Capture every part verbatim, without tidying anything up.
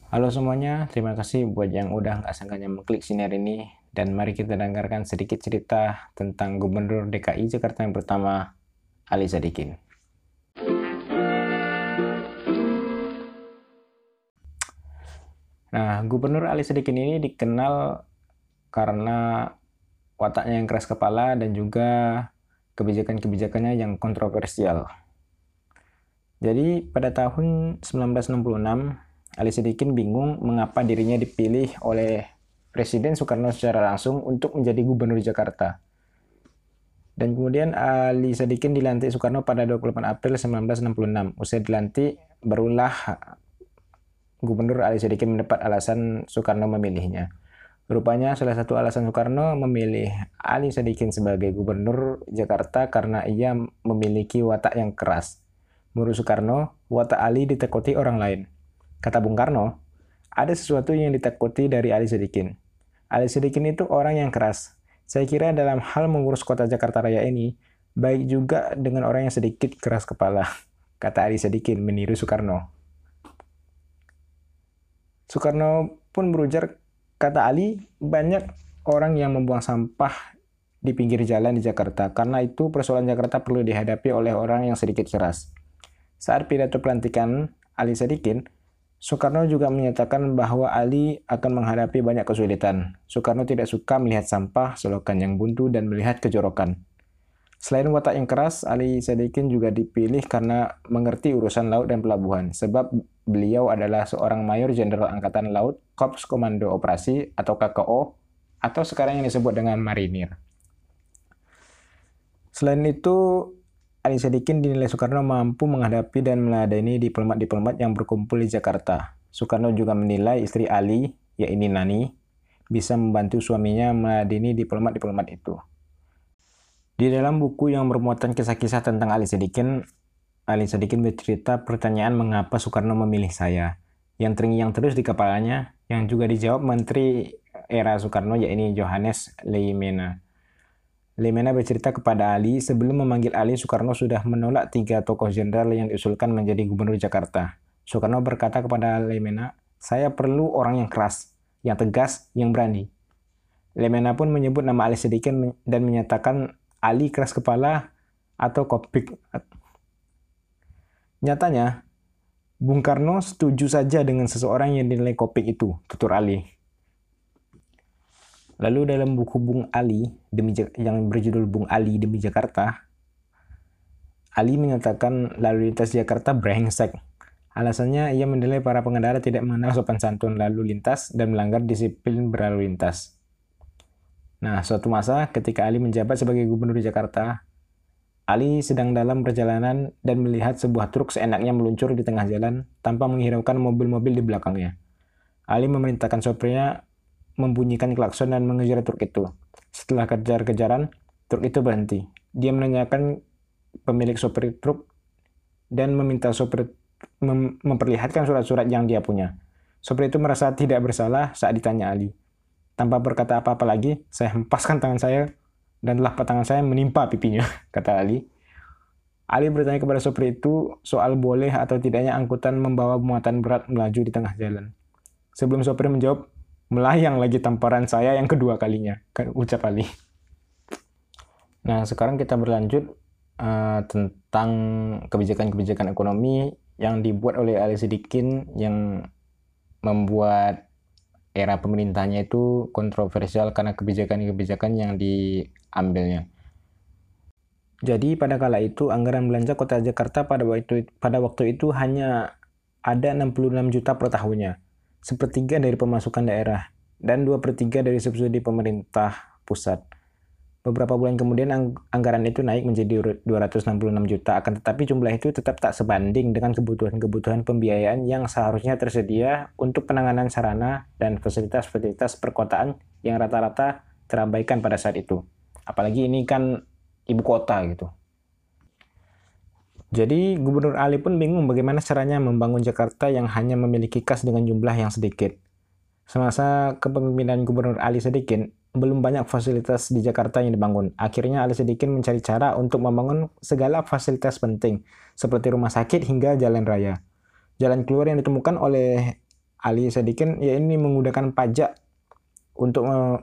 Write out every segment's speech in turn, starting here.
Halo semuanya, terima kasih buat yang udah nggak sangkanya mengklik sinar ini. Dan mari kita dengarkan sedikit cerita tentang Gubernur D K I Jakarta yang pertama, Ali Sadikin. Nah, Gubernur Ali Sadikin ini dikenal karena wataknya yang keras kepala dan juga kebijakan-kebijakannya yang kontroversial. Jadi pada tahun seribu sembilan ratus enam puluh enam, Ali Sadikin bingung mengapa dirinya dipilih oleh Presiden Soekarno secara langsung untuk menjadi Gubernur Jakarta. Dan kemudian Ali Sadikin dilantik Soekarno pada dua puluh delapan April seribu sembilan ratus enam puluh enam. Usai dilantik, barulah Gubernur Ali Sadikin mendapat alasan Soekarno memilihnya. Rupanya salah satu alasan Soekarno memilih Ali Sadikin sebagai Gubernur Jakarta karena ia memiliki watak yang keras. Menurut Soekarno, watak Ali ditakuti orang lain. Kata Bung Karno, ada sesuatu yang ditakuti dari Ali Sadikin. Ali Sadikin itu orang yang keras. Saya kira dalam hal mengurus kota Jakarta Raya ini, baik juga dengan orang yang sedikit keras kepala, kata Ali Sadikin meniru Soekarno. Soekarno pun berujar, kata Ali, banyak orang yang membuang sampah di pinggir jalan di Jakarta, karena itu persoalan Jakarta perlu dihadapi oleh orang yang sedikit keras. Saat pidato pelantikan Ali Sadikin, Soekarno juga menyatakan bahwa Ali akan menghadapi banyak kesulitan. Soekarno tidak suka melihat sampah, selokan yang buntu, dan melihat kejorokan. Selain watak yang keras, Ali Sadikin juga dipilih karena mengerti urusan laut dan pelabuhan, sebab beliau adalah seorang Mayor Jenderal Angkatan Laut, Korps Komando Operasi atau K K O, atau sekarang yang disebut dengan Marinir. Selain itu, Ali Sadikin dinilai Soekarno mampu menghadapi dan meladeni diplomat-diplomat yang berkumpul di Jakarta. Soekarno juga menilai istri Ali, yaitu Nani, bisa membantu suaminya meladeni diplomat-diplomat itu. Di dalam buku yang bermuatan kisah-kisah tentang Ali Sadikin, Ali Sadikin bercerita pertanyaan mengapa Soekarno memilih saya, yang terngiang terus di kepalanya, yang juga dijawab Menteri era Soekarno, yaitu Johannes Leimena. Leimena bercerita kepada Ali, sebelum memanggil Ali, Soekarno sudah menolak tiga tokoh jenderal yang diusulkan menjadi Gubernur Jakarta. Soekarno berkata kepada Leimena, saya perlu orang yang keras, yang tegas, yang berani. Leimena pun menyebut nama Ali Sadikin dan menyatakan Ali keras kepala atau kopik. Nyatanya, Bung Karno setuju saja dengan seseorang yang dinilai kopik itu, tutur Ali. Lalu dalam buku Bung Ali demi yang berjudul Bung Ali demi Jakarta, Ali menyatakan lalu lintas Jakarta brengsek. Alasannya ia menilai para pengendara tidak mengenal sopan santun lalu lintas dan melanggar disiplin berlalu lintas. Nah, suatu masa ketika Ali menjabat sebagai Gubernur Jakarta, Ali sedang dalam perjalanan dan melihat sebuah truk seenaknya meluncur di tengah jalan tanpa menghiraukan mobil-mobil di belakangnya. Ali memerintahkan sopirnya membunyikan klakson dan mengejar truk itu. Setelah kejar-kejaran, truk itu berhenti. Dia menanyakan pemilik sopir truk dan meminta sopir mem memperlihatkan surat-surat yang dia punya. Sopir itu merasa tidak bersalah saat ditanya Ali. Tanpa berkata apa-apa lagi, saya hempaskan tangan saya dan telapak tangan saya menimpa pipinya, kata Ali. Ali bertanya kepada sopir itu soal boleh atau tidaknya angkutan membawa muatan berat melaju di tengah jalan. Sebelum sopir menjawab, melayang lagi tamparan saya yang kedua kalinya, ucap Ali. Nah, sekarang kita berlanjut uh, tentang kebijakan-kebijakan ekonomi yang dibuat oleh Ali Sadikin yang membuat era pemerintahnya itu kontroversial karena kebijakan-kebijakan yang diambilnya. Jadi pada kala itu anggaran belanja kota Jakarta pada waktu pada waktu itu hanya ada enam puluh enam juta per tahunnya, sepertiga dari pemasukan daerah, dan dua per tiga dari subsidi pemerintah pusat. Beberapa bulan kemudian anggaran itu naik menjadi dua ratus enam puluh enam juta, akan tetapi jumlah itu tetap tak sebanding dengan kebutuhan-kebutuhan pembiayaan yang seharusnya tersedia untuk penanganan sarana dan fasilitas-fasilitas perkotaan yang rata-rata terabaikan pada saat itu. Apalagi ini kan ibu kota gitu. Jadi Gubernur Ali pun bingung bagaimana caranya membangun Jakarta yang hanya memiliki kas dengan jumlah yang sedikit. Semasa kepemimpinan Gubernur Ali Sadikin, belum banyak fasilitas di Jakarta yang dibangun. Akhirnya Ali Sadikin mencari cara untuk membangun segala fasilitas penting, seperti rumah sakit hingga jalan raya. Jalan keluar yang ditemukan oleh Ali Sadikin ya ini menggunakan pajak untuk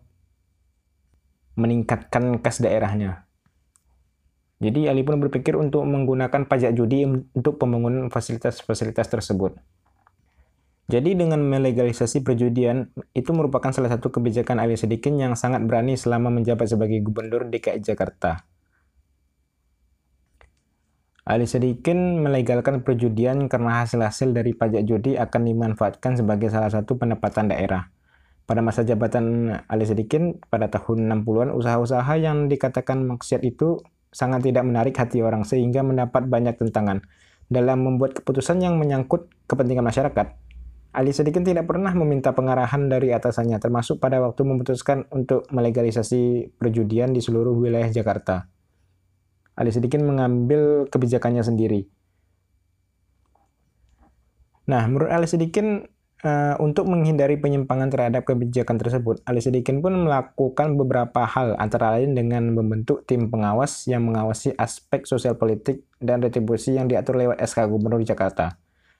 meningkatkan kas daerahnya. Jadi Ali pun berpikir untuk menggunakan pajak judi untuk pembangunan fasilitas-fasilitas tersebut. Jadi dengan melegalisasi perjudian, itu merupakan salah satu kebijakan Ali Sadikin yang sangat berani selama menjabat sebagai Gubernur D K I Jakarta. Ali Sadikin melegalkan perjudian karena hasil-hasil dari pajak judi akan dimanfaatkan sebagai salah satu pendapatan daerah. Pada masa jabatan Ali Sadikin pada tahun enam puluhan, usaha-usaha yang dikatakan maksiat itu sangat tidak menarik hati orang sehingga mendapat banyak tentangan. Dalam membuat keputusan yang menyangkut kepentingan masyarakat, Ali Sadikin tidak pernah meminta pengarahan dari atasannya, termasuk pada waktu memutuskan untuk melegalisasi perjudian di seluruh wilayah Jakarta. Ali Sadikin mengambil kebijakannya sendiri. Nah, menurut Ali Sadikin, uh, untuk menghindari penyimpangan terhadap kebijakan tersebut, Ali Sadikin pun melakukan beberapa hal, antara lain dengan membentuk tim pengawas yang mengawasi aspek sosial politik dan retribusi yang diatur lewat S K Gubernur Jakarta.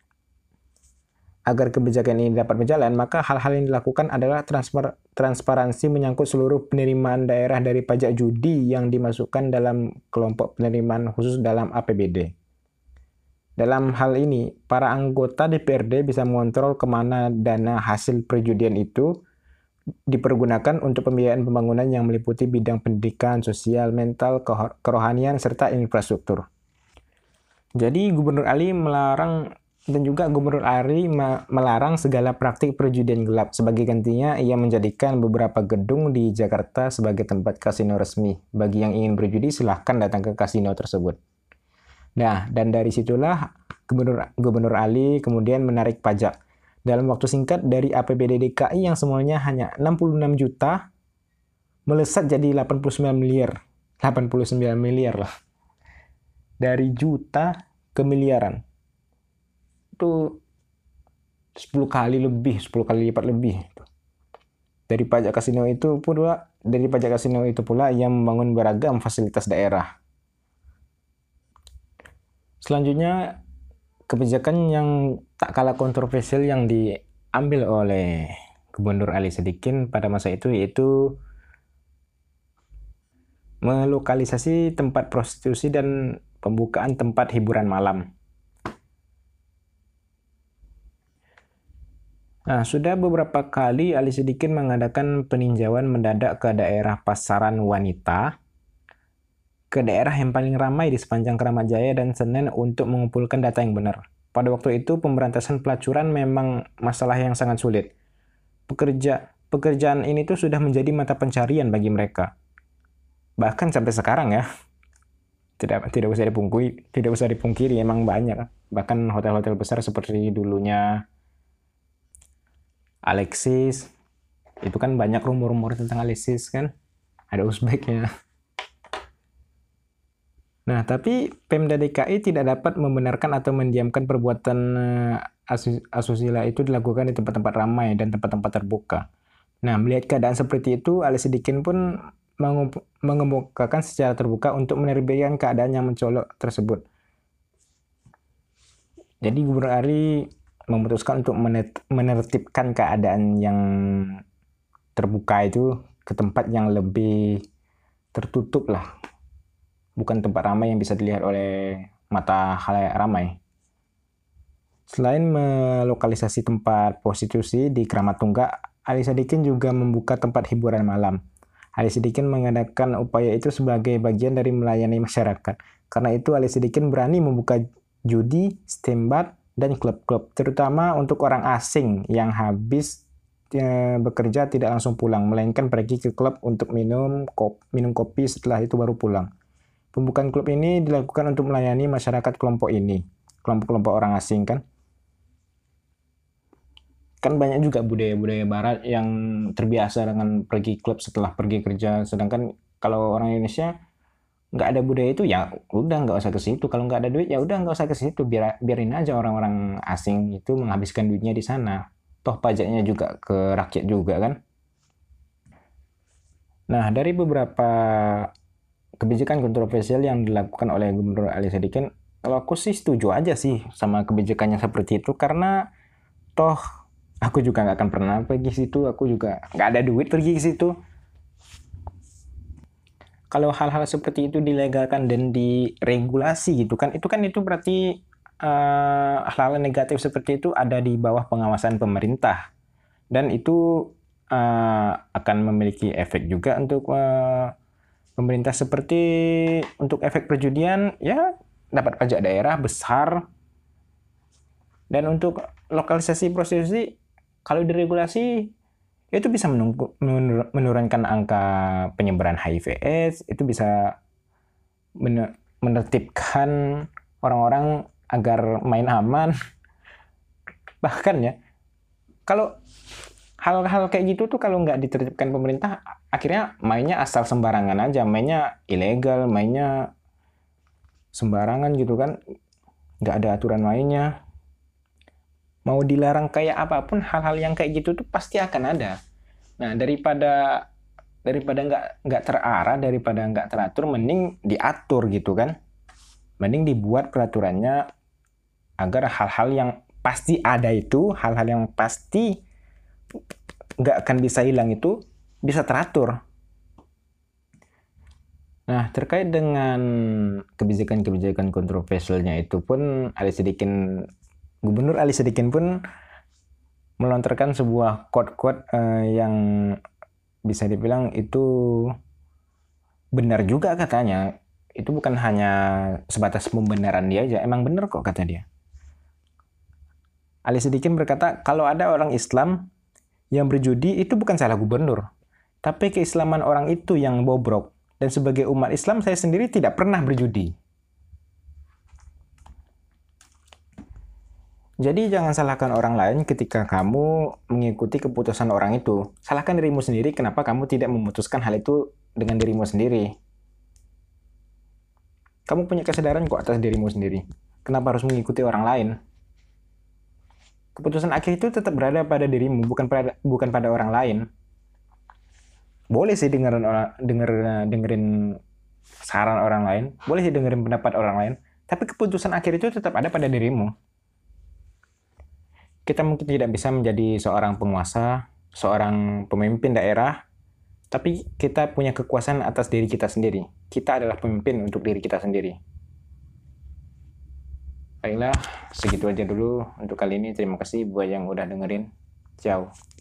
Agar kebijakan ini dapat berjalan, maka hal-hal yang dilakukan adalah transfer, transparansi menyangkut seluruh penerimaan daerah dari pajak judi yang dimasukkan dalam kelompok penerimaan khusus dalam A P B D. Dalam hal ini, para anggota D P R D bisa mengontrol kemana dana hasil perjudian itu dipergunakan untuk pembiayaan pembangunan yang meliputi bidang pendidikan, sosial, mental, kerohanian, serta infrastruktur. Jadi Gubernur Ali melarang dan juga Gubernur Ali melarang segala praktik perjudian gelap. Sebagai gantinya, ia menjadikan beberapa gedung di Jakarta sebagai tempat kasino resmi. Bagi yang ingin berjudi, silahkan datang ke kasino tersebut. Nah, dan dari situlah Gubernur, Gubernur Ali kemudian menarik pajak. Dalam waktu singkat, dari A P B D D K I yang semuanya hanya enam puluh enam juta, melesat jadi delapan puluh sembilan miliar. delapan puluh sembilan miliar lah. Dari juta ke miliaran. Itu sepuluh kali lebih, sepuluh kali lipat lebih. Dari pajak kasino itu pula, dari pajak kasino itu pula ia membangun beragam fasilitas daerah. Selanjutnya, kebijakan yang tak kalah kontroversial yang diambil oleh Gubernur Ali Sadikin pada masa itu yaitu melokalisasi tempat prostitusi dan pembukaan tempat hiburan malam. Nah, sudah beberapa kali Ali Sadikin mengadakan peninjauan mendadak ke daerah pasaran wanita, ke daerah yang paling ramai di sepanjang Kramat Jaya dan Senen untuk mengumpulkan data yang benar. Pada waktu itu, pemberantasan pelacuran memang masalah yang sangat sulit. Pekerja, pekerjaan ini tuh sudah menjadi mata pencarian bagi mereka. Bahkan sampai sekarang ya, tidak tidak usah dipungkiri, tidak usah dipungkiri, emang banyak. Bahkan hotel-hotel besar seperti dulunya Alexis, itu kan banyak rumor-rumor tentang Alexis kan, ada Uzbeknya. Nah, tapi Pemda D K I tidak dapat membenarkan atau mendiamkan perbuatan asusila itu dilakukan di tempat-tempat ramai dan tempat-tempat terbuka. Nah, melihat keadaan seperti itu, Ali Sadikin pun mengemukakan secara terbuka untuk menerbitkan keadaan yang mencolok tersebut. Jadi Gubernur Ali memutuskan untuk menertibkan keadaan yang terbuka itu ke tempat yang lebih tertutup lah. Bukan tempat ramai yang bisa dilihat oleh mata khalayak ramai. Selain melokalisasi tempat prostitusi di Kramat Tunggak, Ali Sadikin juga membuka tempat hiburan malam. Ali Sadikin mengadakan upaya itu sebagai bagian dari melayani masyarakat. Karena itu Ali Sadikin berani membuka judi, stembat, dan klub-klub, terutama untuk orang asing yang habis e, bekerja tidak langsung pulang, melainkan pergi ke klub untuk minum, kop, minum kopi setelah itu baru pulang. Pembukaan klub ini dilakukan untuk melayani masyarakat kelompok ini, kelompok-kelompok orang asing kan. Kan banyak juga budaya-budaya barat yang terbiasa dengan pergi klub setelah pergi kerja, sedangkan kalau orang Indonesia nggak ada budaya itu ya udah nggak usah ke situ. Kalau nggak ada duit ya udah nggak usah ke situ, biar biarin aja orang-orang asing itu menghabiskan duitnya di sana, toh pajaknya juga ke rakyat juga kan. Nah, dari beberapa kebijakan kontroversial yang dilakukan oleh Gubernur Ali Sadikin, kalau aku sih setuju aja sih sama kebijakannya seperti itu, karena toh Aku juga nggak akan pernah pergi situ, aku juga nggak ada duit pergi ke situ. Kalau hal-hal seperti itu dilegalkan dan diregulasi gitu kan, itu kan itu berarti uh, hal-hal negatif seperti itu ada di bawah pengawasan pemerintah, dan itu uh, akan memiliki efek juga untuk uh, pemerintah, seperti untuk efek perjudian ya dapat pajak daerah besar, dan untuk lokalisasi prostitusi kalau diregulasi itu bisa menunggu, menurunkan angka penyebaran H I V/AIDS, itu bisa menertibkan orang-orang agar main aman. Bahkan ya, kalau hal-hal kayak gitu tuh kalau nggak ditertibkan pemerintah, akhirnya mainnya asal sembarangan aja, mainnya ilegal, mainnya sembarangan gitu kan, nggak ada aturan mainnya. Mau dilarang kayak apapun, hal-hal yang kayak gitu tuh pasti akan ada. Nah, daripada daripada nggak nggak terarah, daripada nggak teratur, mending diatur gitu kan. Mending dibuat peraturannya agar hal-hal yang pasti ada itu, hal-hal yang pasti nggak akan bisa hilang itu bisa teratur. Nah, terkait dengan kebijakan-kebijakan kontroversialnya itu pun, Ali Sadikin, Gubernur Ali Sadikin pun melontarkan sebuah quote-quote uh, yang bisa dibilang itu benar juga katanya. Itu bukan hanya sebatas pembenaran dia aja, emang benar kok kata dia. Ali Sadikin berkata, kalau ada orang Islam yang berjudi itu bukan salah gubernur, tapi keislaman orang itu yang bobrok. Dan sebagai umat Islam, saya sendiri tidak pernah berjudi. Jadi jangan salahkan orang lain ketika kamu mengikuti keputusan orang itu. Salahkan dirimu sendiri kenapa kamu tidak memutuskan hal itu dengan dirimu sendiri. Kamu punya kesadaran kok atas dirimu sendiri. Kenapa harus mengikuti orang lain? Keputusan akhir itu tetap berada pada dirimu, bukan pada bukan pada orang lain. Boleh sih dengerin orang denger dengerin saran orang lain, boleh sih dengerin pendapat orang lain, tapi keputusan akhir itu tetap ada pada dirimu. Kita mungkin tidak bisa menjadi seorang penguasa, seorang pemimpin daerah, tapi kita punya kekuasaan atas diri kita sendiri. Kita adalah pemimpin untuk diri kita sendiri. Baiklah, segitu aja dulu untuk kali ini. Terima kasih buat yang udah dengerin. Ciao.